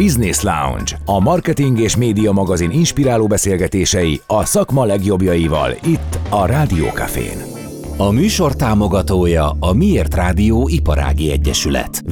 Business Lounge, a marketing és média magazin inspiráló beszélgetései a szakma legjobbjaival itt a Rádió Cafén. A műsor támogatója a Miért Rádió Iparági Egyesület.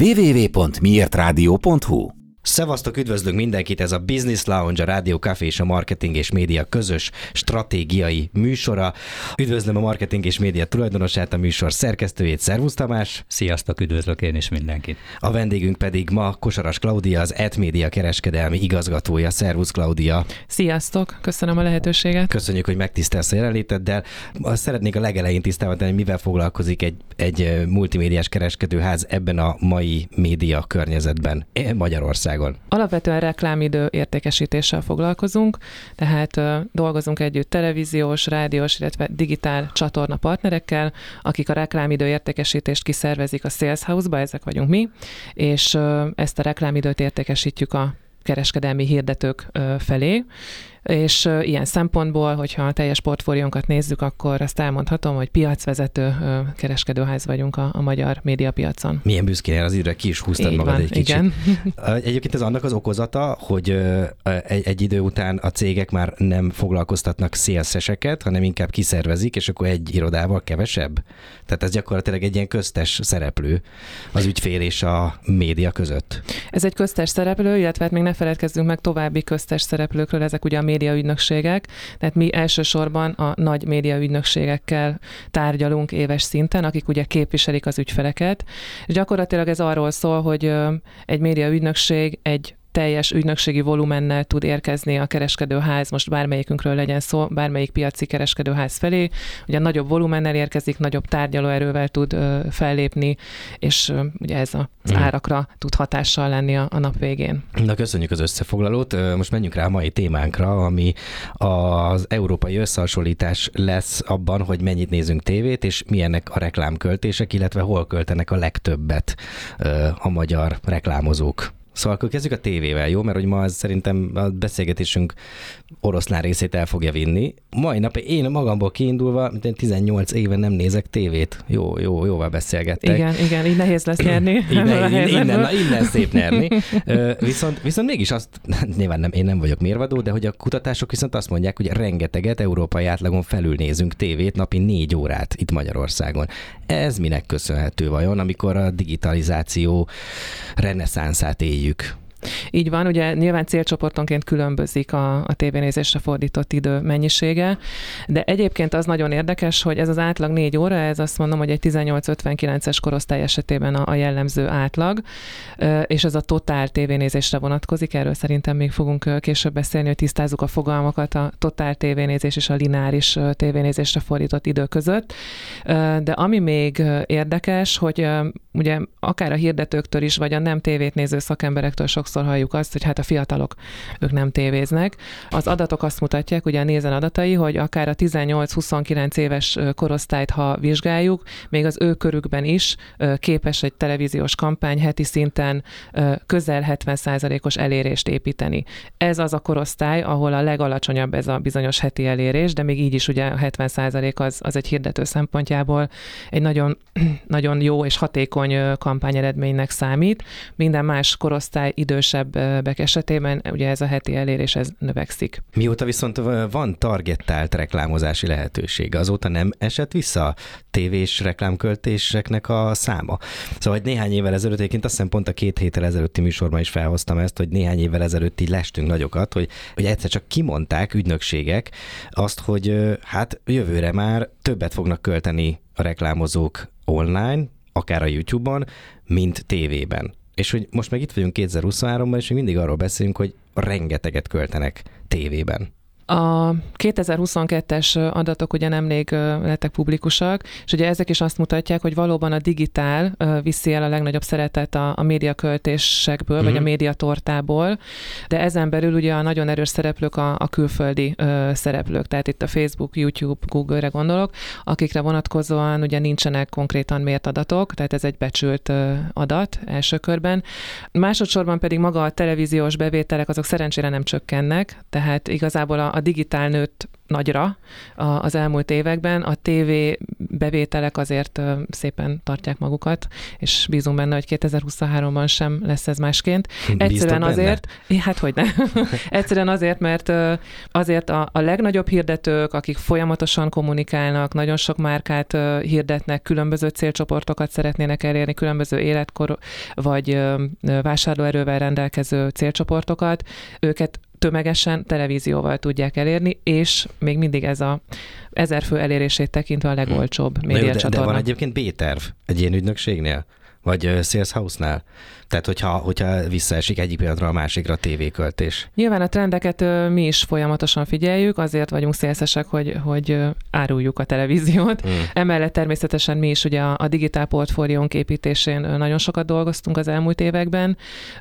www.miertradio.hu. Szevasztok, üdvözlünk mindenkit, ez a Business Lounge, a Rádió Café és a Marketing és Média közös stratégiai műsora. Üdvözlöm a Marketing és Média tulajdonosát, a műsor szerkesztőjét, Szervusz Tamás! Sziasztok, üdvözlök én is mindenkit! A vendégünk pedig ma Kosaras Klaudia, az Admedia kereskedelmi igazgatója. Szervusz, Klaudia! Sziasztok, köszönöm a lehetőséget! Köszönjük, hogy megtisztelsz a jelenléteddel. Szeretnék a legelején tisztában tenni, mivel foglalkozik egy multimédiás kereskedőház ebben a mai média környezetben Magyarországon. Alapvetően reklámidő értékesítéssel foglalkozunk, tehát dolgozunk együtt televíziós, rádiós, illetve digitál csatorna partnerekkel, akik a reklámidő értékesítést kiszervezik a Sales House-ba, ezek vagyunk mi, és ezt a reklámidőt értékesítjük a kereskedelmi hirdetők felé, és ilyen szempontból, hogyha a teljes portfóliónkat nézzük, akkor azt elmondhatom, hogy piacvezető kereskedőház vagyunk a magyar médiapiacon. Milyen büszkén az időre, ki is húztad magad egy kicsit. Igen. Egyébként ez annak az okozata, hogy egy idő után a cégek már nem foglalkoztatnak szélszeseket, hanem inkább kiszervezik, és akkor egy irodával kevesebb? Tehát ez gyakorlatilag egy ilyen köztes szereplő az ügyfél és a média között. Ez egy köztes szereplő, illetve hát még ne feledkezzünk meg további köztes szereplőkről, ezek ugye a médiaügynökségek, tehát mi elsősorban a nagy médiaügynökségekkel tárgyalunk éves szinten, akik ugye képviselik az ügyfeleket. És gyakorlatilag ez arról szól, hogy egy médiaügynökség egy teljes ügynökségi volumennel tud érkezni a kereskedőház, most bármelyikünkről legyen szó, bármelyik piaci kereskedőház felé. Ugye nagyobb volumennel érkezik, nagyobb tárgyalóerővel tud fellépni, és ugye ez az árakra tud hatással lenni a nap végén. Na, köszönjük az összefoglalót. Most menjünk rá a mai témánkra, ami az európai összehasonlítás lesz abban, hogy mennyit nézünk tévét, és milyenek a reklámköltések, illetve hol költenek a legtöbbet a magyar reklámozók. Szóval akkor kezdjük a tévével, jó? Mert hogy ma szerintem a beszélgetésünk oroszlán részét el fogja vinni. Mai nap én magamból kiindulva, 18 éve nem nézek tévét. Jóval beszélgettek. Igen, így nehéz lesz nyerni. Innen szép nyerni. Viszont mégis azt, nyilván én nem vagyok mérvadó, de hogy a kutatások viszont azt mondják, hogy rengeteget európai átlagon felül nézünk tévét, napi 4 órát itt Magyarországon. Ez minek köszönhető vajon, amikor a digitalizáció reneszánszát éljük? Így van, ugye nyilván célcsoportonként különbözik a tévénézésre fordított idő mennyisége, de egyébként az nagyon érdekes, hogy ez az átlag 4 óra, ez azt mondom, hogy egy 18-59-es korosztály esetében a jellemző átlag, és ez a totál tévénézésre vonatkozik, erről szerintem még fogunk később beszélni, hogy tisztázzuk a fogalmakat a totál tévénézés és a lineáris tévénézésre fordított idő között, de ami még érdekes, hogy ugye akár a hirdetőktől is, vagy a nem tévét néző szakemberektől sokszor halljuk azt, hogy hát a fiatalok, ők nem tévéznek. Az adatok azt mutatják, ugye a Nielsen adatai, hogy akár a 18-29 éves korosztályt, ha vizsgáljuk, még az ő körükben is képes egy televíziós kampány heti szinten közel 70%-os elérést építeni. Ez az a korosztály, ahol a legalacsonyabb ez a bizonyos heti elérés, de még így is ugye a 70% az egy hirdető szempontjából egy nagyon, nagyon jó és hatékony kampányeredménynek számít. Minden más korosztály idősebbek esetében ugye ez a heti elérés ez növekszik. Mióta viszont van targettált reklámozási lehetőség, azóta nem esett vissza tévés reklámköltéseknek a száma? Szóval, hogy néhány évvel ezelőtt, egyébként azt hiszem pont a 2 héttel ezelőtti műsorban is felhoztam ezt, hogy néhány évvel ezelőtt így lestünk nagyokat, hogy egyszer csak kimondták ügynökségek azt, hogy hát jövőre már többet fognak költeni a reklámozók online, akár a YouTube-on, mint tévében. És hogy most meg itt vagyunk 2023-ban, és még mindig arról beszélünk, hogy rengeteget költenek tévében. A 2022-es adatok ugye nemrég lettek publikusak, és ugye ezek is azt mutatják, hogy valóban a digitál viszi el a legnagyobb szeretet a médiaköltésekből, vagy a médiatortából, de ezen belül ugye a nagyon erős szereplők a külföldi szereplők, tehát itt a Facebook, YouTube, Google-re gondolok, akikre vonatkozóan ugye nincsenek konkrétan mért adatok, tehát ez egy becsült adat első körben. Másodszorban pedig maga a televíziós bevételek azok szerencsére nem csökkennek, tehát igazából a a digitál nőtt nagyra az elmúlt években. A TV bevételek azért szépen tartják magukat, és bízunk benne, hogy 2023-ban sem lesz ez másként. Egyszerűen azért, hát hogyne. Egyszerűen azért, mert azért a legnagyobb hirdetők, akik folyamatosan kommunikálnak, nagyon sok márkát hirdetnek, különböző célcsoportokat szeretnének elérni, különböző életkor vagy vásárlóerővel rendelkező célcsoportokat, őket tömegesen televízióval tudják elérni, és még mindig ez a 1000 fő elérését tekintve a legolcsóbb médiacsatorna. De van egyébként B-terv egy ilyen ügynökségnél? Vagy Sales House-nál? Tehát, hogyha visszaesik egyik pillanatra a másikra a tévéköltés. Nyilván a trendeket mi is folyamatosan figyeljük, azért vagyunk szélszesek, hogy áruljuk a televíziót. Emellett természetesen mi is ugye a digitál portfóliónk építésén nagyon sokat dolgoztunk az elmúlt években.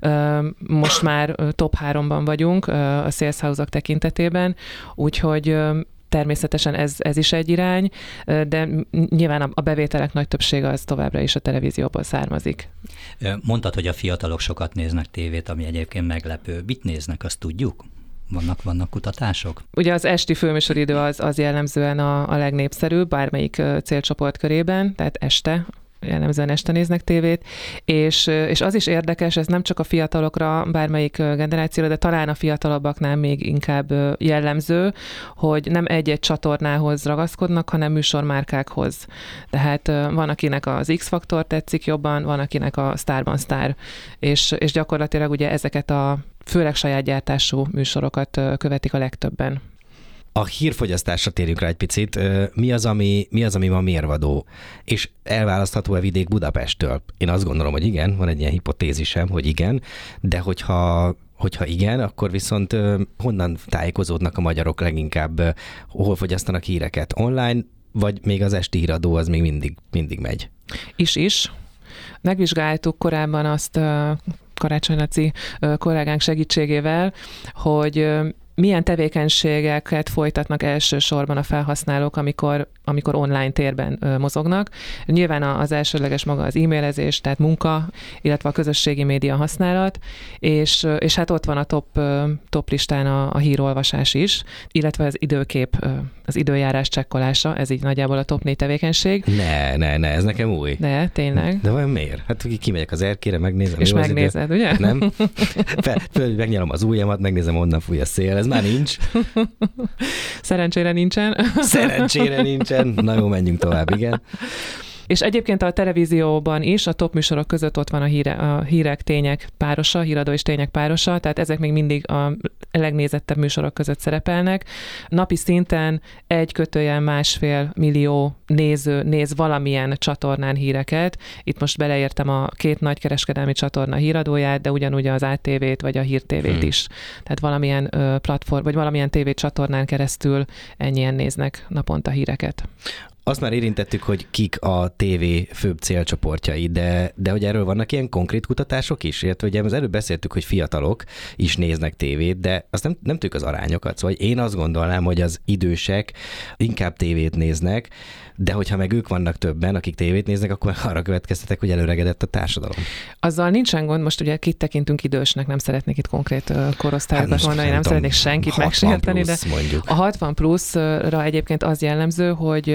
Most már top 3-ban vagyunk a Sales House-ok tekintetében, úgyhogy természetesen ez is egy irány, de nyilván a bevételek nagy többsége az továbbra is a televízióból származik. Mondtad, hogy a fiatalok sokat néznek tévét, ami egyébként meglepő. Mit néznek, azt tudjuk? Vannak kutatások? Ugye az esti főműsoridő az jellemzően a legnépszerűbb bármelyik célcsoport körében, tehát jellemzően este néznek tévét, és az is érdekes, ez nem csak a fiatalokra, bármelyik generációra, de talán a fiatalabbaknál még inkább jellemző, hogy nem egy-egy csatornához ragaszkodnak, hanem műsormárkákhoz. Tehát van, akinek az X-faktor tetszik jobban, van, akinek a Sztárban Sztár, és gyakorlatilag ugye ezeket a főleg saját gyártású műsorokat követik a legtöbben. A hírfogyasztásra térjünk rá egy picit. Mi az, ami ma mérvadó? És elválasztható-e vidék Budapesttől? Én azt gondolom, hogy igen, van egy ilyen hipotézisem, hogy igen, de hogyha igen, akkor viszont honnan tájékozódnak a magyarok leginkább, hol fogyasztanak híreket? Online, vagy még az esti híradó az még mindig megy? Is. Megvizsgáltuk korábban azt Karácsony Laci kollégánk segítségével, hogy milyen tevékenységeket folytatnak elsősorban a felhasználók, amikor online térben mozognak. Nyilván az elsődleges maga az e-mailezés, tehát munka, illetve a közösségi média használat, és hát ott van a top listán a hírolvasás is, illetve az időkép, az időjárás csekkolása, ez így nagyjából a top 4 tevékenység. Ne, ez nekem új. De, tényleg. De vajon miért? Hát kimegyek az erkére, megnézem. És megnézed, ugye? Nem? Megnyalom az ujjamat, megnézem, onnan fúj a szél. Ez már nincs. Szerencsére nincsen. Na jó, menjünk tovább, igen. És egyébként a televízióban is a top műsorok között ott van a hírek, tények párosa, híradó és tények párosa, tehát ezek még mindig a legnézettebb műsorok között szerepelnek. Napi szinten 1-1,5 millió néző néz valamilyen csatornán híreket. Itt most beleértem a 2 nagy kereskedelmi csatorna híradóját, de ugyanúgy az ATV-t vagy a Hír TV-t is. Tehát valamilyen platform, vagy valamilyen tévécsatornán keresztül ennyien néznek naponta híreket. Azt már érintettük, hogy kik a tévé főbb célcsoportjai, de hogy erről vannak ilyen konkrét kutatások is? Illetve ugye az előbb beszéltük, hogy fiatalok is néznek tévét, de azt nem tudjuk az arányokat. Szóval én azt gondolnám, hogy az idősek inkább tévét néznek, de hogyha meg ők vannak többen, akik tévét néznek, akkor arra következtetek, hogy előregedett a társadalom. Azzal nincsen gond, most ugye kit tekintünk idősnek, nem szeretnék itt konkrét korosztályokat mondani, nem szeretnék senkit megsérteni, de mondjuk. A 60 pluszra egyébként az jellemző,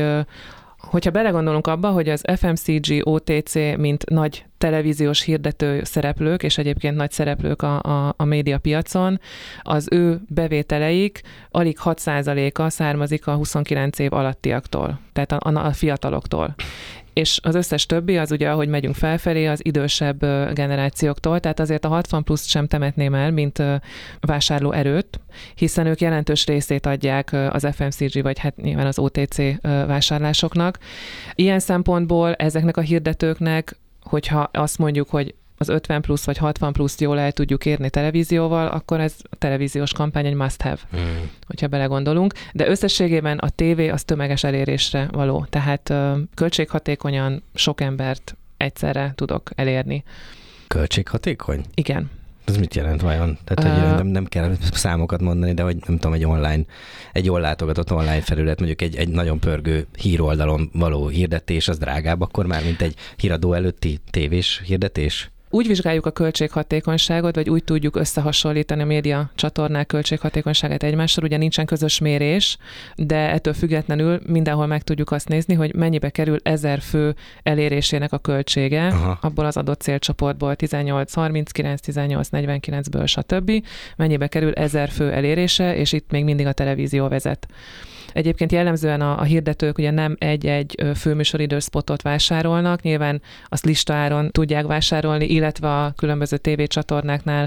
hogyha belegondolunk abba, hogy az FMCG, OTC, mint nagy televíziós hirdető szereplők, és egyébként nagy szereplők a médiapiacon, az ő bevételeik alig 6%-a származik a 29 év alattiaktól, tehát a fiataloktól. És az összes többi az ugye, ahogy megyünk felfelé, az idősebb generációktól, tehát azért a 60 pluszt sem temetném el, mint vásárlóerőt, hiszen ők jelentős részét adják az FMCG, vagy hát nyilván az OTC vásárlásoknak. Ilyen szempontból ezeknek a hirdetőknek, hogyha azt mondjuk, hogy az 50 plusz vagy 60 pluszt jól el tudjuk érni televízióval, akkor ez a televíziós kampány egy must have, hogyha belegondolunk. De összességében a tévé az tömeges elérésre való, tehát költséghatékonyan sok embert egyszerre tudok elérni. Költséghatékony? Igen. Ez mit jelent vajon? Tehát, hogy nem kell számokat mondani, de hogy nem tudom, egy jól látogatott online felület, mondjuk egy nagyon pörgő híroldalon való hirdetés, az drágább akkor már, mint egy híradó előtti tévés hirdetés? úgy vizsgáljuk a költséghatékonyságot, vagy úgy tudjuk összehasonlítani a média csatornák költséghatékonyságát egymással, ugye nincsen közös mérés, de ettől függetlenül mindenhol meg tudjuk azt nézni, hogy mennyibe kerül 1000 fő elérésének a költsége, abból az adott célcsoportból 18-39, 18-49-ből stb. Mennyibe kerül 1000 fő elérése, és itt még mindig a televízió vezet. Egyébként jellemzően a hirdetők ugye nem egy-egy főműsoridős spotot vásárolnak, nyilván azt listáron tudják vásárolni, illetve a különböző tévécsatornáknál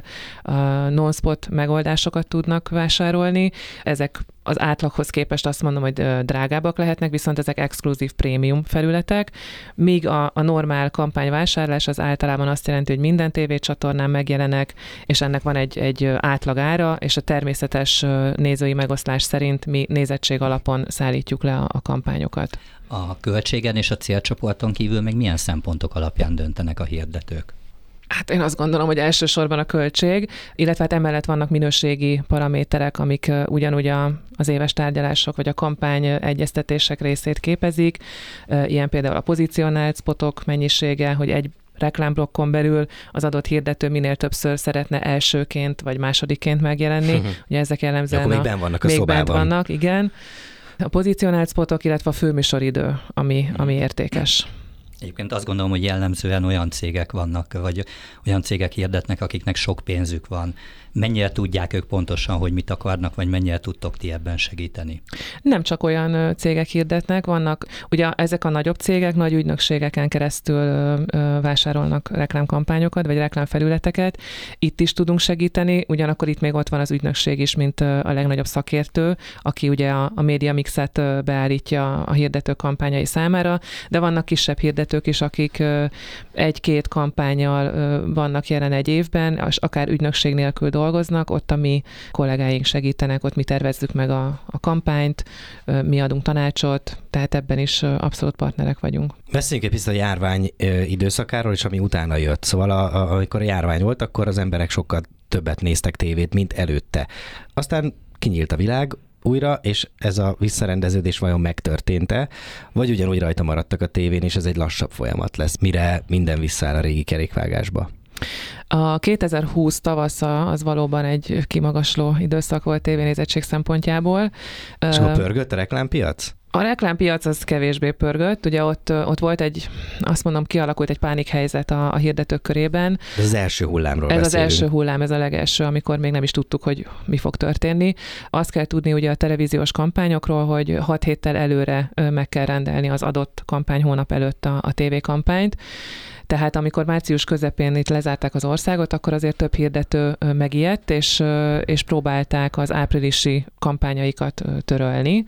non-spot megoldásokat tudnak vásárolni. Ezek az átlaghoz képest azt mondom, hogy drágábbak lehetnek, viszont ezek exkluzív prémium felületek, míg a normál kampányvásárlás az általában azt jelenti, hogy minden tévécsatornán megjelenek, és ennek van egy átlagára, és a természetes nézői megoszlás szerint mi nézettség alapon szállítjuk le a kampányokat. A költségen és a célcsoporton kívül még milyen szempontok alapján döntenek a hirdetők? Hát én azt gondolom, hogy elsősorban a költség, illetve hát emellett vannak minőségi paraméterek, amik ugyanúgy az éves tárgyalások vagy a kampány egyeztetések részét képezik. Ilyen például a pozícionált spotok mennyisége, hogy egy reklámblokkon belül az adott hirdető minél többször szeretne elsőként vagy másodikként megjelenni. Ugye ezek jellemzően akkor még benn vannak a szobában. Bent vannak, igen. A pozícionált spotok, illetve a főműsoridő, ami értékes. Egyébként azt gondolom, hogy jellemzően olyan cégek vannak, vagy olyan cégek hirdetnek, akiknek sok pénzük van. Mennyire tudják ők pontosan, hogy mit akarnak, vagy mennyire tudtok ti ebben segíteni? Nem csak olyan cégek hirdetnek, vannak, ugye ezek a nagyobb cégek nagy ügynökségeken keresztül vásárolnak reklámkampányokat, vagy reklámfelületeket. Itt is tudunk segíteni, ugyanakkor itt még ott van az ügynökség is, mint a legnagyobb szakértő, aki ugye a média mixet beállítja a hirdető kampányai számára, de vannak kisebb hirdetők is, akik egy-két kampánnyal vannak jelen egy évben, és akár ügynökség nélkül dolgoznak, ott a mi kollégáink segítenek, ott mi tervezzük meg a kampányt, mi adunk tanácsot, tehát ebben is abszolút partnerek vagyunk. Beszéljünk egy picit a járvány időszakáról, és ami utána jött. Szóval amikor a járvány volt, akkor az emberek sokkal többet néztek tévét, mint előtte. Aztán kinyílt a világ újra, és ez a visszarendeződés vajon megtörtént-e, vagy ugyanúgy rajta maradtak a tévén, és ez egy lassabb folyamat lesz, mire minden visszaáll a régi kerékvágásba? A 2020 tavasza az valóban egy kimagasló időszak volt tévénézettség szempontjából. És akkor pörgött a reklámpiac? A reklámpiac az kevésbé pörgött, ugye ott volt kialakult egy pánikhelyzet a hirdetők körében. Ez az első hullámról beszélünk. Ez az első hullám, ez a legelső, amikor még nem is tudtuk, hogy mi fog történni. Azt kell tudni ugye a televíziós kampányokról, hogy 6 héttel előre meg kell rendelni az adott kampányhónap előtt a tévékampányt. Tehát amikor március közepén itt lezárták az országot, akkor azért több hirdető megijedt, és próbálták az áprilisi kampányaikat törölni.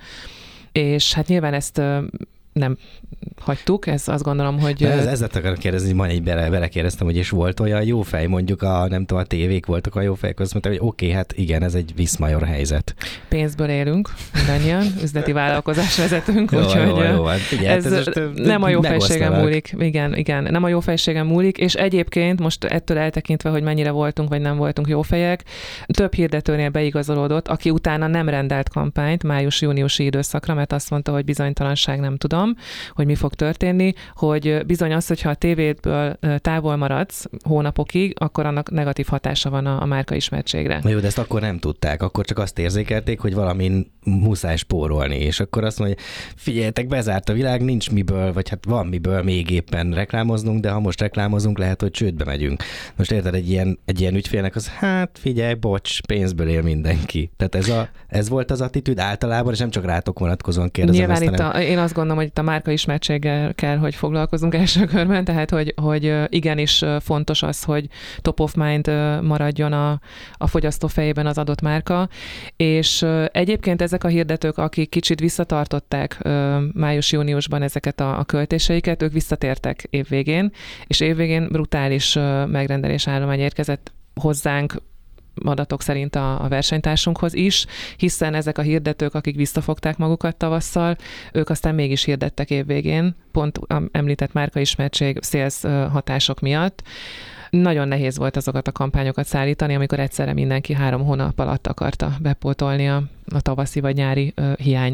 És hát nyilván ezt nem hagytuk, ez azt gondolom, hogy... Ezzel akarom kérdezni, majd így belekérdeztem, hogy is volt olyan jó fej, mondjuk a tévék voltak a jó fejek, azt mondta, hogy oké, hát igen, ez egy viszmajor helyzet. Pénzből élünk, mindannyian, üzleti vállalkozás vezetünk, úgyhogy ez nem a jó fejségen múlik. Igen, nem a jó fejségen múlik, és egyébként most ettől eltekintve, hogy mennyire voltunk, vagy nem voltunk jó fejek, több hirdetőnél beigazolódott, aki utána nem rendelt kampányt május-júniusi időszakra, mert azt mondta, hogy bizonytalanság, nem tudom, hogy mi fog történni, hogy bizony az, hogyha a tévétből távol maradsz hónapokig, akkor annak negatív hatása van a márka ismertségre. Na jó, de ezt akkor nem tudták, akkor csak azt érzékelték, hogy valamin muszáj spórolni, és akkor azt mondja, figyeljetek, bezárt a világ, nincs miből, vagy hát van miből még éppen reklámoznunk, de ha most reklámozunk, lehet, hogy csődbe megyünk. Most érted, egy ilyen ügyfélnek az, hát figyelj, bocs, pénzből él mindenki. Tehát ez volt az attitűd általában, és nem csak rátok vonatkozóan kérdezem. Nyilván ezt, én azt gondolom, hogy itt a márka ismertséggel kell, hogy foglalkozunk első körben, tehát hogy igenis fontos az, hogy top of mind maradjon a fogyasztó fejében az adott márka, és egyébként ezek a hirdetők, akik kicsit visszatartották május-júniusban ezeket a költéseiket, ők visszatértek évvégén, és évvégén brutális megrendelés állomány érkezett hozzánk, adatok szerint a versenytársunkhoz is, hiszen ezek a hirdetők, akik visszafogták magukat tavasszal, ők aztán mégis hirdettek évvégén, pont említett márkaismertség, sales hatások miatt. Nagyon nehéz volt azokat a kampányokat szállítani, amikor egyszerre mindenki 3 hónap alatt akarta bepótolni a tavaszi vagy nyári hiányt.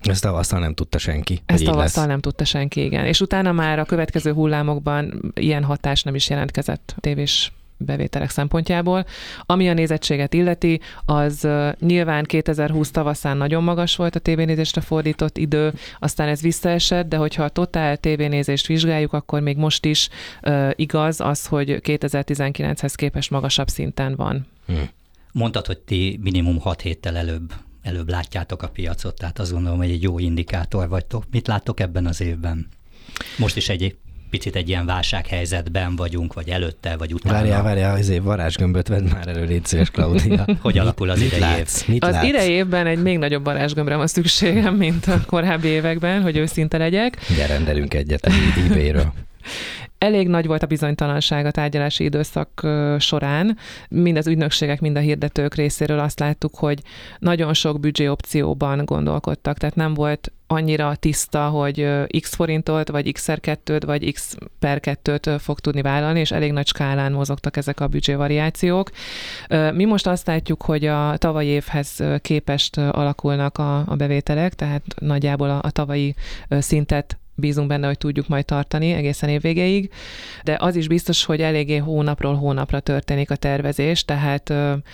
Ezt tavasszal nem tudta senki. Ezt tavasszal nem tudta senki, igen. És utána már a következő hullámokban ilyen hatás nem is jelentkezett tévés bevételek szempontjából. Ami a nézettséget illeti, az nyilván 2020 tavaszán nagyon magas volt a tévénézésre fordított idő, aztán ez visszaesett, de hogyha a totál tévénézést vizsgáljuk, akkor még most is igaz az, hogy 2019-hez képest magasabb szinten van. Mondtad, hogy ti minimum 6 héttel előbb látjátok a piacot, tehát azt gondolom, hogy egy jó indikátor vagytok. Mit láttok ebben az évben? Most is egy picit egy ilyen válsághelyzetben vagyunk, vagy előtte, vagy utána. Várjál, az év varázsgömböt vedd már elő, légy szíves, Klaudia. Hogy alakul az idei év? Az idei évben egy még nagyobb varázsgömbre van szükségem, mint a korábbi években, hogy őszinte legyek. Ugye rendelünk egyet eBay-ről. Elég nagy volt a bizonytalanság a tárgyalási időszak során. Mind az ügynökségek, mind a hirdetők részéről azt láttuk, hogy nagyon sok büdzséopcióban gondolkodtak, tehát nem volt annyira tiszta, hogy x forintot, vagy x-2-t, vagy x/2-t fog tudni vállalni, és elég nagy skálán mozogtak ezek a büdzsévariációk. Mi most azt látjuk, hogy a tavalyi évhez képest alakulnak a bevételek, tehát nagyjából a tavalyi szintet bízunk benne, hogy tudjuk majd tartani egészen év végéig, de az is biztos, hogy eléggé hónapról hónapra történik a tervezés, tehát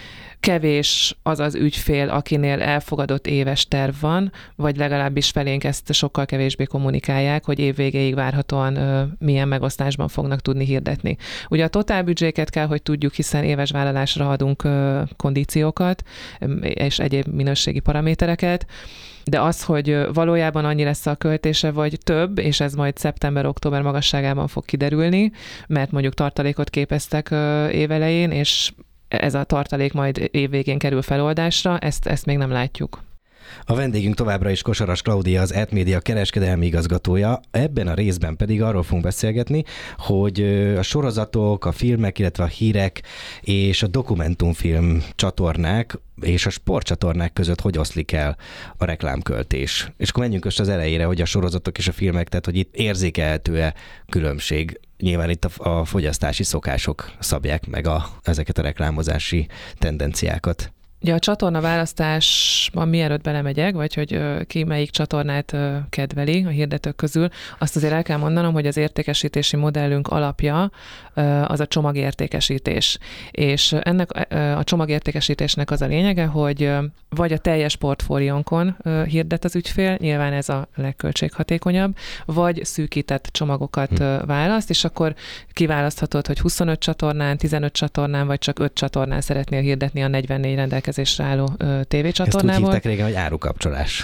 kevés az az ügyfél, akinél elfogadott éves terv van, vagy legalábbis felénk ezt sokkal kevésbé kommunikálják, hogy év végéig várhatóan milyen megosztásban fognak tudni hirdetni. Ugye a totálbüdzséket kell, hogy tudjuk, hiszen éves vállalásra adunk kondíciókat és egyéb minőségi paramétereket, de az, hogy valójában annyi lesz a költése, vagy több, és ez majd szeptember-október magasságában fog kiderülni, mert mondjuk tartalékot képeztek évelején, és ez a tartalék majd évvégén kerül feloldásra, ezt még nem látjuk. A vendégünk továbbra is Kosaras Klaudia, az ETMédia kereskedelmi igazgatója. Ebben a részben pedig arról fogunk beszélgetni, hogy a sorozatok, a filmek, illetve a hírek és a dokumentumfilm csatornák és a sportcsatornák között hogy oszlik el a reklámköltés. És akkor menjünk az elejére, hogy a sorozatok és a filmek, tehát hogy itt érzékelhető-e különbség. Nyilván itt a fogyasztási szokások szabják meg ezeket a reklámozási tendenciákat. Ugye a csatorna választásban mielőtt belemegyek, vagy hogy ki melyik csatornát kedveli a hirdetők közül, azt azért el kell mondanom, hogy az értékesítési modellünk alapja az a csomagértékesítés. És ennek a csomagértékesítésnek az a lényege, hogy vagy a teljes portfóliónkon hirdet az ügyfél, nyilván ez a legköltséghatékonyabb, vagy szűkített csomagokat választ, és akkor kiválaszthatod, hogy 25 csatornán, 15 csatornán, vagy csak 5 csatornán szeretnél hirdetni a 44 rendelkezésre álló tévécsatornából. Ezt úgy hívták régen, hogy árukapcsolás.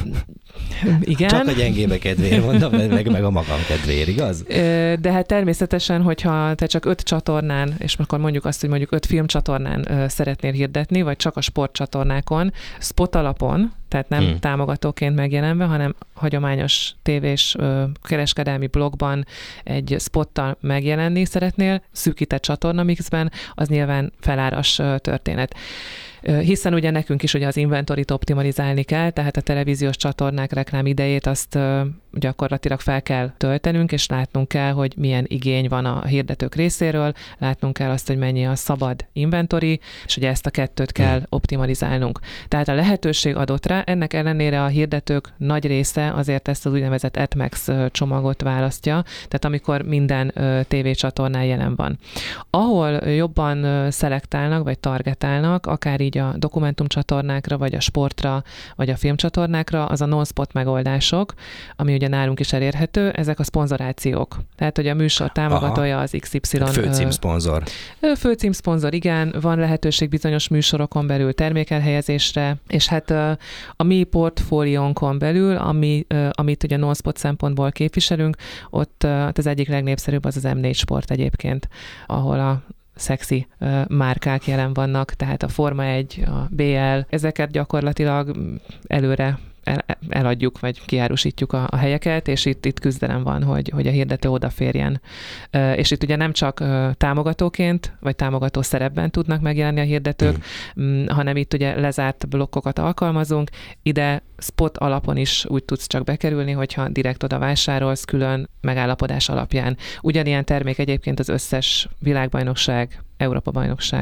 Igen. Csak a gyengébe kedvéért mondom, meg a magam kedvéért, igaz? De hát természetesen, hogyha te csak 5 csatornán, és akkor mondjuk azt, hogy mondjuk 5 filmcsatornán szeretnél hirdetni, vagy csak a sportcsatornákon, spot alapon, tehát nem támogatóként megjelenve, hanem hagyományos tévés kereskedelmi blogban egy spottal megjelenni szeretnél, szűkített csatornamixben, az nyilván feláras történet. Hiszen ugye nekünk is ugye az inventorit optimalizálni kell, tehát a televíziós csatornák reklám idejét azt gyakorlatilag fel kell töltenünk, és látnunk kell, hogy milyen igény van a hirdetők részéről, látnunk kell azt, hogy mennyi a szabad inventori, és ugye ezt a kettőt kell optimalizálnunk. Tehát a lehetőség adott rá, ennek ellenére a hirdetők nagy része azért ezt az úgynevezett AdMax csomagot választja, tehát amikor minden tévécsatornán jelen van. Ahol jobban szelektálnak, vagy targetálnak, akár így a dokumentumcsatornákra, vagy a sportra, vagy a filmcsatornákra, az a non-spot megoldások, ami ugye nálunk is elérhető, ezek a szponzorációk. Tehát, hogy a műsor támogatója az XY. Főcímszponzor. Főcímszponzor, igen, van lehetőség bizonyos műsorokon belül termékelhelyezésre, és hát a mi portfóliónkon belül, amit ugye non-spot szempontból képviselünk, ott az egyik legnépszerűbb az M4 Sport egyébként, ahol a szexi márkák jelen vannak, tehát a Forma 1, a BL, ezeket gyakorlatilag előre eladjuk, vagy kiárusítjuk a helyeket, és itt küzdelem van, hogy a hirdető odaférjen. És itt ugye nem csak támogatóként, vagy támogató szerepben tudnak megjelenni a hirdetők, hanem itt ugye lezárt blokkokat alkalmazunk, ide spot alapon is úgy tudsz csak bekerülni, hogyha direkt oda vásárolsz külön megállapodás alapján. Ugyanilyen termék egyébként az összes világbajnokság, Európa-bajnokság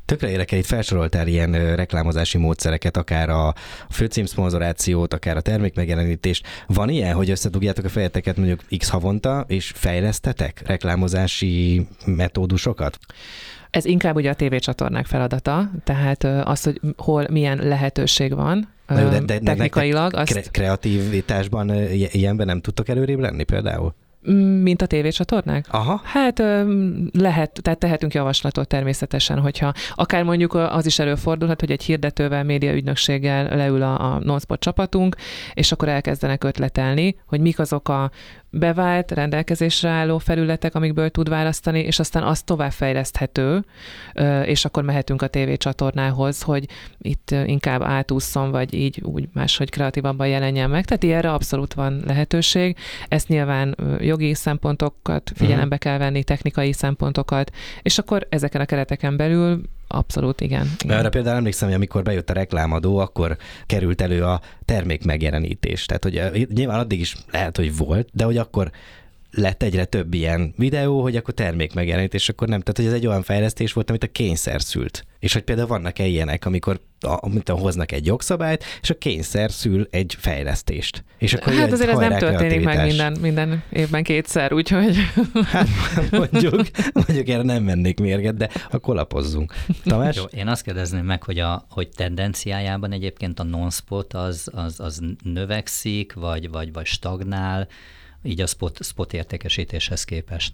Tökre érdekel, itt felsoroltál ilyen reklámozási módszereket, akár a főcímszponzorációt, akár a termékmegjelenítést. Van ilyen, hogy összedugjátok a fejeteket mondjuk x havonta, és fejlesztetek reklámozási metódusokat? Ez inkább ugye a tévécsatornák feladata, tehát az, hogy hol milyen lehetőség van technikailag. Kreativitásban ilyenben nem tudtok előrébb lenni például? Mint a tévécsatornák? Aha. Hát lehet, tehát tehetünk javaslatot természetesen, hogyha akár mondjuk az is előfordulhat, hogy egy hirdetővel, médiaügynökséggel leül a Nonspot csapatunk, és akkor elkezdenek ötletelni, hogy mik azok a bevált, rendelkezésre álló felületek, amikből tud választani, és aztán az továbbfejleszthető, és akkor mehetünk a tévécsatornához, hogy itt inkább átússzon, vagy így úgy máshogy kreatívabban jelenjen meg. Tehát ilyenre abszolút van lehetőség. Ezt nyilván jogi szempontokat figyelembe kell venni, technikai szempontokat, és akkor ezeken a kereteken belül abszolút igen. Arra például emlékszem, hogy amikor bejött a reklámadó, akkor került elő a termék megjelenítés. Tehát, hogy nyilván addig is lehet, hogy volt, de hogy akkor lett egyre több ilyen videó, hogy akkor termék megjelenítés, akkor nem. Tehát, hogy ez egy olyan fejlesztés volt, amit a kényszer szült. És hogy például vannak-e ilyenek, amikor hoznak egy jogszabályt, és a kényszer szül egy fejlesztést. És akkor hát azért ez nem történik meg minden évben kétszer, úgyhogy... Hát mondjuk erre nem mennék mérget, de akkor lapozzunk. Tamás? Jó, én azt kérdezném meg, hogy tendenciájában egyébként a Nonspot az növekszik, vagy stagnál, így a spot értékesítéshez képest.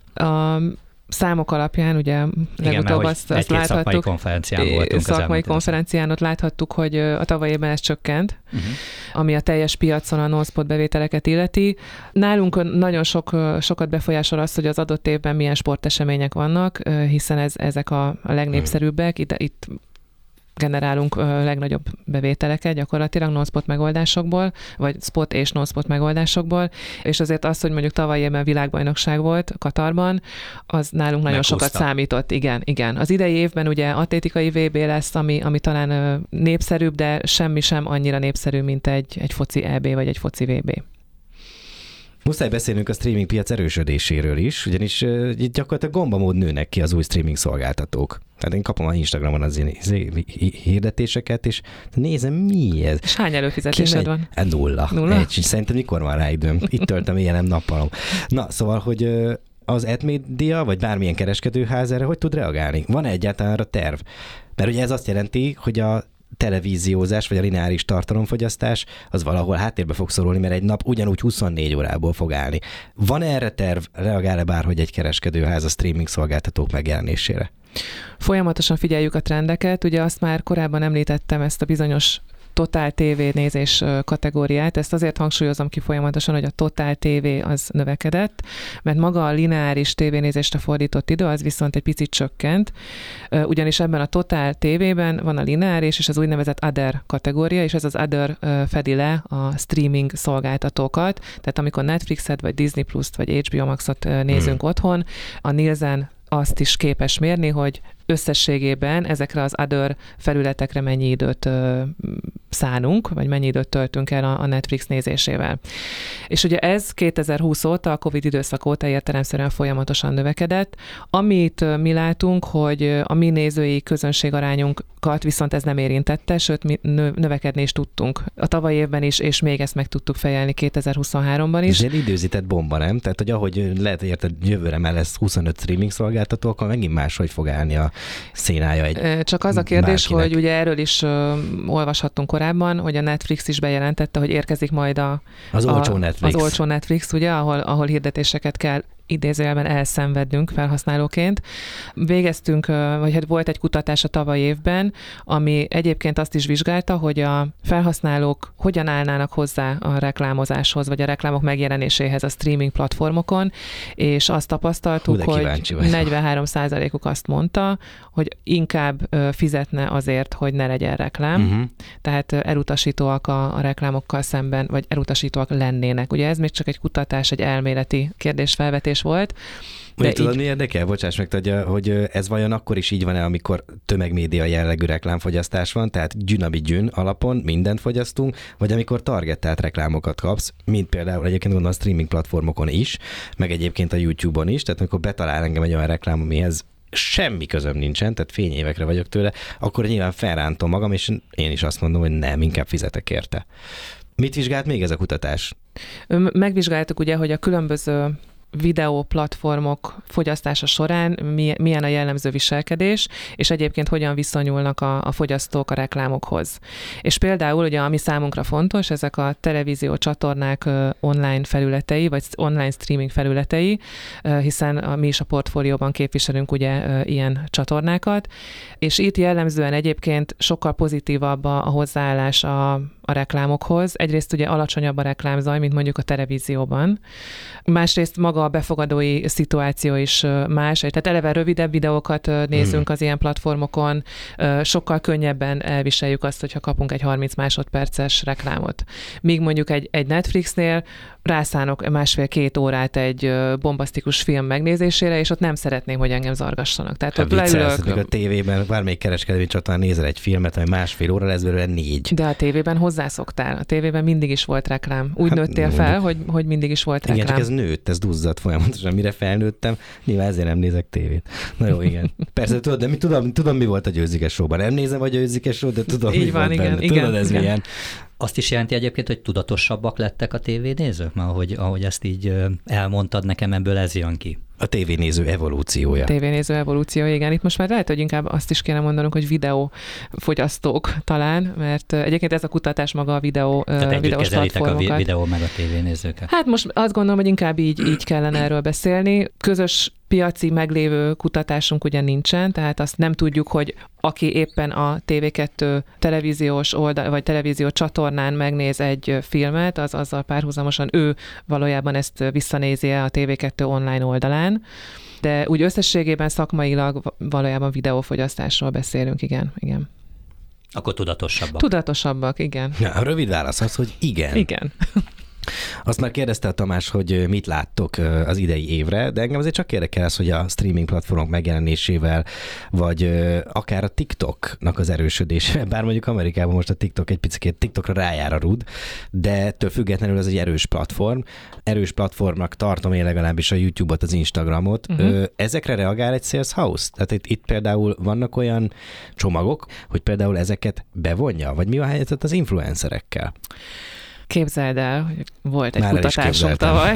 Számok alapján, ugye legutóbb azt láthattuk, szakmai konferencián voltunk. Szakmai konferencián ott láthattuk, hogy a tavaly évben ez csökkent, ami a teljes piacon a Nonspot bevételeket illeti. Nálunk nagyon sokat befolyásol az, hogy az adott évben milyen sportesemények vannak, hiszen ezek a legnépszerűbbek. Itt generálunk legnagyobb bevételeket gyakorlatilag non-spot megoldásokból, vagy spot és non-spot megoldásokból, és azért az, hogy mondjuk tavaly évben világbajnokság volt Katarban, az nálunk nagyon sokat számított. Igen. Az idei évben ugye atlétikai VB lesz, ami talán népszerűbb, de semmi sem annyira népszerű, mint egy foci EB vagy egy foci VB. Muszáj beszélnünk a streaming piac erősödéséről is, ugyanis itt gyakorlatilag gombamód nőnek ki az új streaming szolgáltatók. Tehát én kapom a Instagramon az hirdetéseket, és nézem, mi ez? És hány előfizetésed van? Nulla. Szerintem mikor van rá időm? Itt töltöm éjjel, nappalom. Na, szóval, hogy az Admedia, vagy bármilyen kereskedőház erre hogy tud reagálni? Van egyáltalán arra terv? Mert ugye ez azt jelenti, hogy a televíziózás, vagy a lineáris tartalomfogyasztás, az valahol háttérbe fog szorulni, mert egy nap ugyanúgy 24 órából fog állni. Van erre terv, reagál-e bárhogy egy kereskedőház a streaming szolgáltatók megjelenésére? Folyamatosan figyeljük a trendeket, ugye azt már korábban említettem, ezt a bizonyos Total TV nézés kategóriát. Ezt azért hangsúlyozom ki folyamatosan, hogy a Total TV az növekedett, mert maga a lineáris tévénézésre fordított idő az viszont egy picit csökkent, ugyanis ebben a Total TV-ben van a lineáris és az úgynevezett Other kategória, és ez az Other fedi le a streaming szolgáltatókat, tehát amikor Netflixet, vagy Disney Plus-t, vagy HBO Maxot nézünk otthon, a Nielsen azt is képes mérni, hogy összességében ezekre az other felületekre mennyi időt szánunk, vagy mennyi időt töltünk el a Netflix nézésével. És ugye ez 2020 óta, a Covid időszak óta értelemszerűen folyamatosan növekedett. Amit mi látunk, hogy a mi nézői közönségarányunkat viszont ez nem érintette, sőt mi növekedni is tudtunk a tavaly évben is, és még ezt meg tudtuk fejelni 2023-ban is. Ez egy időzített bomba, nem? Tehát, hogy ahogy lehet, érted, jövőre már lesz 25 streaming szolgáltató, akkor megint máshogy fog állni a szénája egy Csak az a kérdés, bárkinek. hogy ugye erről is olvashattunk korábban, hogy a Netflix is bejelentette, hogy érkezik majd az olcsó Netflix. Az olcsó Netflix, ugye, ahol hirdetéseket kell idézőjelben elszenvednünk felhasználóként. Végeztünk, vagy hát volt egy kutatás a tavaly évben, ami egyébként azt is vizsgálta, hogy a felhasználók hogyan állnának hozzá a reklámozáshoz, vagy a reklámok megjelenéséhez a streaming platformokon, és azt tapasztaltuk, hogy 43%-uk azt mondta, hogy inkább fizetne azért, hogy ne legyen reklám. Tehát elutasítóak a reklámokkal szemben, vagy elutasítóak lennének. Ugye ez még csak egy kutatás, egy elméleti kérdésfelvetés volt. De tudod, mi érdekel? Bocsáss meg, hogy ez vajon akkor is így van-e, amikor tömegmédia jellegű reklámfogyasztás van, tehát gyün alapon mindent fogyasztunk, vagy amikor targettált reklámokat kapsz, mint például egyébként gondolom a streaming platformokon is, meg egyébként a YouTube-on is, tehát amikor betalál engem egy olyan reklám, amihez semmi közöm nincsen, tehát fényévekre vagyok tőle, akkor nyilván felrántom magam, és én is azt mondom, hogy nem, inkább fizetek érte. Mit vizsgált még ez a kutatás? Megvizsgáltuk ugye, hogy a különböző videóplatformok fogyasztása során milyen a jellemző viselkedés, és egyébként hogyan viszonyulnak a fogyasztók a reklámokhoz. És például ugye, ami számunkra fontos, ezek a televízió csatornák online felületei, vagy online streaming felületei, hiszen mi is a portfólióban képviselünk ugye ilyen csatornákat, és itt jellemzően egyébként sokkal pozitívabb a hozzáállás a reklámokhoz. Egyrészt ugye alacsonyabb a reklámzaj, mint mondjuk a televízióban. Másrészt maga a befogadói szituáció is más. Tehát eleve rövidebb videókat nézünk az ilyen platformokon, sokkal könnyebben elviseljük azt, hogyha kapunk egy 30 másodperces reklámot. Míg mondjuk egy Netflixnél rászánok 1,5-2 órát egy bombasztikus film megnézésére, és ott nem szeretném, hogy engem zargassanak. Tehát ott leülök. A tévében bármelyik kereskedelmi csatornán nézel egy filmet, ami 1,5 óra lesz belőle 4. De a tévében hozzászoktál. A tévében mindig is volt reklám. Úgy nőttél fel, hogy mindig is volt reklám. Igen, csak ez nőtt, ez duzzadt folyamatosan. Mire felnőttem, nyilván ezért nem nézek tévét. Na jó, igen. Persze, tudod, de tudom, mi volt a Győzike Show-ban. Nem nézem a Győzike Show, de tudom, így mi van, volt igen, benne. igen, Tudod, ez igen. milyen. Azt is jelenti egyébként, hogy tudatosabbak lettek a tévénézők? Mert ahogy ezt így elmondtad nekem, ebből ez jön ki. A tévénéző evolúciója. Tévénéző evolúció, igen. Itt most már lehet, hogy inkább azt is kéne mondanunk, hogy videófogyasztók talán, mert egyébként ez a kutatás maga a videós platformokat. A videó meg a tévénézőket. Hát most azt gondolom, hogy inkább így kellene erről beszélni. Közös piaci meglévő kutatásunk ugye nincsen, tehát azt nem tudjuk, hogy aki éppen a TV2 televíziós oldal, vagy televízió csatornán megnéz egy filmet, azzal párhuzamosan ő valójában ezt visszanézi a TV2 online oldalán. De úgy összességében szakmailag valójában videófogyasztásról beszélünk, igen. Akkor tudatosabbak. Tudatosabbak, igen. Ja, a rövid válasz az, hogy igen. Igen. Azt már kérdezte a Tamás, hogy mit láttok az idei évre, de engem azért csak érdekel az, hogy a streaming platformok megjelenésével, vagy akár a TikToknak az erősödésével, bár mondjuk Amerikában most a TikTok egy picit TikTokra rájár a rud, de ettől függetlenül ez egy erős platform. Erős platformnak tartom én legalábbis a YouTube-ot, az Instagramot. Ezekre reagál egy Sales House? Tehát itt például vannak olyan csomagok, hogy például ezeket bevonja, vagy mi a helyzet az influencerekkel? Képzeld el, hogy volt egy Már kutatásunk tavaly.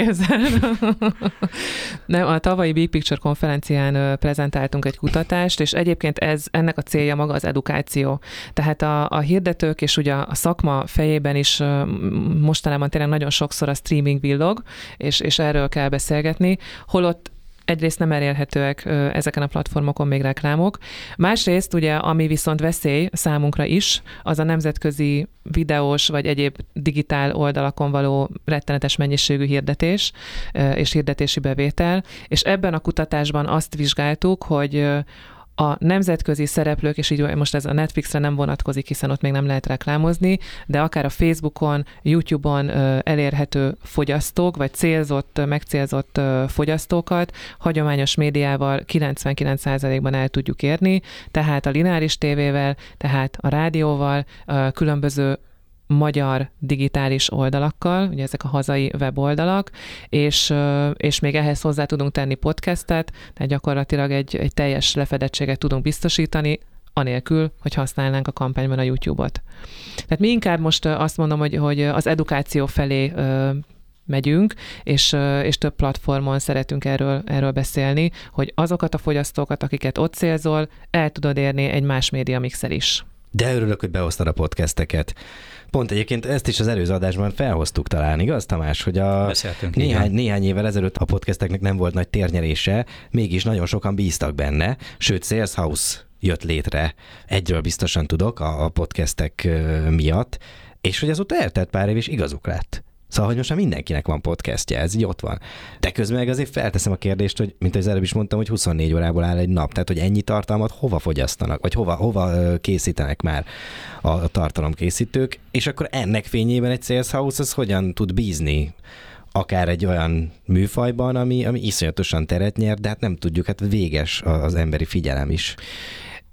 Nem, a tavalyi Big Picture konferencián prezentáltunk egy kutatást, és egyébként ennek a célja maga az edukáció. Tehát a hirdetők és ugye a szakma fejében is mostanában tényleg nagyon sokszor a streaming villog, és erről kell beszélgetni, holott egyrészt nem elérhetőek ezeken a platformokon még reklámok. Másrészt ugye, ami viszont veszély számunkra is, az a nemzetközi videós vagy egyéb digitál oldalakon való rettenetes mennyiségű hirdetés és hirdetési bevétel, és ebben a kutatásban azt vizsgáltuk, hogy a nemzetközi szereplők, és így most ez a Netflixre nem vonatkozik, hiszen ott még nem lehet reklámozni, de akár a Facebookon, YouTube-on elérhető fogyasztók, vagy megcélzott fogyasztókat hagyományos médiával 99%-ban el tudjuk érni, tehát a lineáris tévével, tehát a rádióval, különböző magyar digitális oldalakkal, ugye ezek a hazai weboldalak, és még ehhez hozzá tudunk tenni podcastet, tehát gyakorlatilag egy teljes lefedettséget tudunk biztosítani, anélkül, hogy használnánk a kampányban a YouTube-ot. Tehát mi inkább most azt mondom, hogy az edukáció felé megyünk, és több platformon szeretünk erről beszélni, hogy azokat a fogyasztókat, akiket ott célzol, el tudod érni egy más média mixel is. De örülök, hogy behoztad a podcasteket. Pont egyébként ezt is az előző adásban felhoztuk talán, igaz, Tamás, hogy néhány évvel ezelőtt a podcasteknek nem volt nagy térnyerése, mégis nagyon sokan bíztak benne, sőt Sales House jött létre, egyről biztosan tudok a podcastek miatt, és hogy azóta eltelt pár év és igazuk lett. Szóval, hogy most már mindenkinek van podcastja, ez így ott van. De közben meg azért felteszem a kérdést, hogy, mint az előbb is mondtam, hogy 24 órából áll egy nap, tehát hogy ennyi tartalmat hova fogyasztanak, vagy hova készítenek már a tartalomkészítők, és akkor ennek fényében egy Sales House az hogyan tud bízni akár egy olyan műfajban, ami iszonyatosan teret nyer, de hát nem tudjuk, hát véges az emberi figyelem is.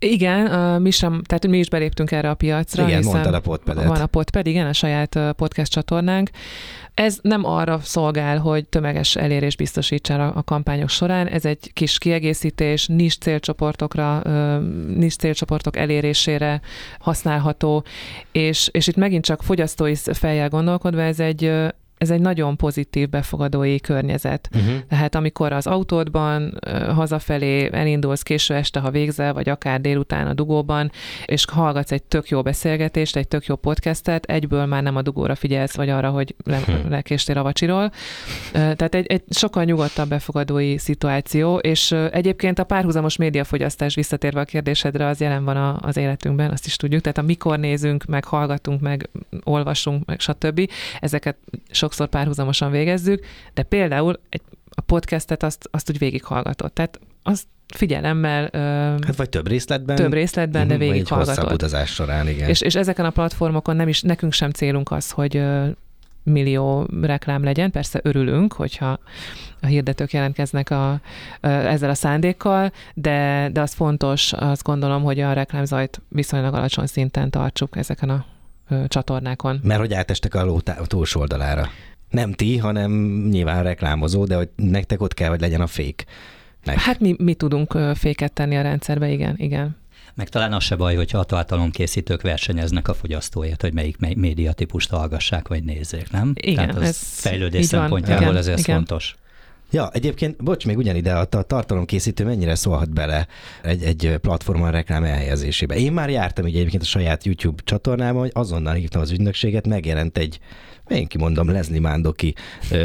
Igen, mi is beléptünk erre a piacra. Igen, mondtad a Podpedet. Van a Podped, igen, a saját podcast csatornánk. Ez nem arra szolgál, hogy tömeges elérés biztosítson a kampányok során, ez egy kis kiegészítés, nis célcsoportok elérésére használható, és itt megint csak fogyasztói fejjel gondolkodva, ez egy nagyon pozitív befogadói környezet. Tehát amikor az autódban hazafelé elindulsz késő este, ha végzel, vagy akár délután a dugóban, és hallgatsz egy tök jó beszélgetést, egy tök jó podcastet, egyből már nem a dugóra figyelsz, vagy arra, hogy lekéstél a vacsiról. Tehát egy sokkal nyugodtabb befogadói szituáció, és egyébként a párhuzamos médiafogyasztás, visszatérve a kérdésedre, az jelen van az életünkben, azt is tudjuk. Tehát amikor nézünk, meg hallgatunk, meg olvasunk, meg stb. Ezeket sokszor párhuzamosan végezzük, de például a podcastet azt úgy végighallgatott. Tehát azt figyelemmel... Hát vagy több részletben, de végighallgatott. Egy hosszabb utazás során, igen. És ezeken a platformokon nekünk sem célunk az, hogy millió reklám legyen. Persze örülünk, hogyha a hirdetők jelentkeznek ezzel a szándékkal, de az fontos, azt gondolom, hogy a reklámzajt viszonylag alacsony szinten tartsuk ezeken a csatornákon. Mert hogy átestek a ló túlsó oldalára. Nem ti, hanem nyilván reklámozó, de hogy nektek ott kell, hogy legyen a fék. Hát mi tudunk féket tenni a rendszerbe, igen. Meg talán az se baj, hogyha a tartalomkészítők versenyeznek a fogyasztóért, hogy melyik médiatípust hallgassák, vagy nézzék, nem? Igen, tehát ez fejlődés szempontjából ez fontos. Ja, egyébként, bocs, még ugyanide a tartalomkészítő mennyire szólhat bele egy platformon reklám elhelyezésébe. Én már jártam így egyébként a saját YouTube csatornámon, hogy azonnal hívtam az ügynökséget, megjelent egy, én kimondom, Leslie Mandoki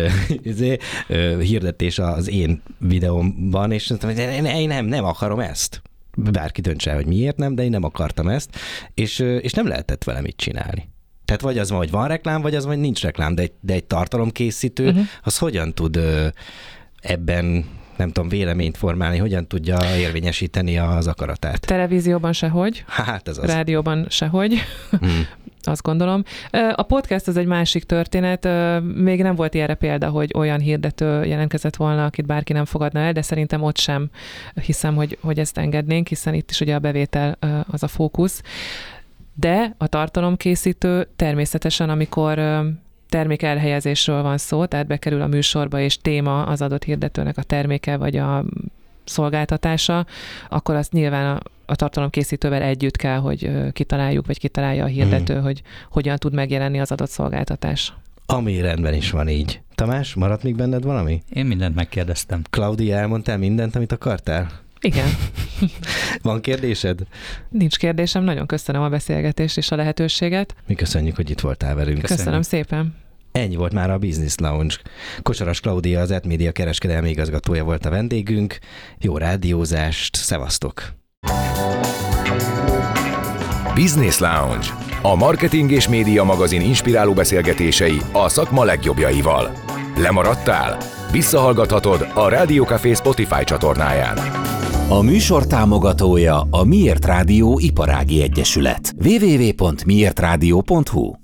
hirdetés az én videómban, és mondtam, hogy én nem akarom ezt. Bárki döntse el, hogy miért nem, de én nem akartam ezt, és nem lehetett vele mit csinálni. Tehát vagy az van, hogy van reklám, vagy az van, hogy nincs reklám, de egy tartalomkészítő, az hogyan tud ebben, nem tudom, véleményt formálni, hogyan tudja érvényesíteni az akaratát? Televízióban sehogy, hát ez az. Rádióban sehogy, azt gondolom. A podcast az egy másik történet, még nem volt ilyenre példa, hogy olyan hirdető jelentkezett volna, akit bárki nem fogadna el, de szerintem ott sem hiszem, hogy ezt engednénk, hiszen itt is ugye a bevétel az a fókusz. De a tartalomkészítő természetesen, amikor termék elhelyezésről van szó, tehát bekerül a műsorba, és téma az adott hirdetőnek a terméke, vagy a szolgáltatása, akkor azt nyilván a tartalomkészítővel együtt kell, hogy kitaláljuk, vagy kitalálja a hirdető, hogy hogyan tud megjelenni az adott szolgáltatás. Ami rendben is van így. Tamás, maradt még benned valami? Én mindent megkérdeztem. Klaudia, elmondtál mindent, amit akartál? Igen. Van kérdésed? Nincs kérdésem, nagyon köszönöm a beszélgetést és a lehetőséget. Mi köszönjük, hogy itt voltál velünk. Köszönöm szépen. Ennyi volt már a Business Lounge. Kocsaras Klaudia, az ETMedia kereskedelmi igazgatója volt a vendégünk. Jó rádiózást, szevasztok! Business Lounge. A marketing és média magazin inspiráló beszélgetései a szakma legjobbjaival. Lemaradtál? Visszahallgathatod a Rádió Café Spotify csatornáján. A műsor támogatója a Miért Rádió Iparági Egyesület. www.miertradio.hu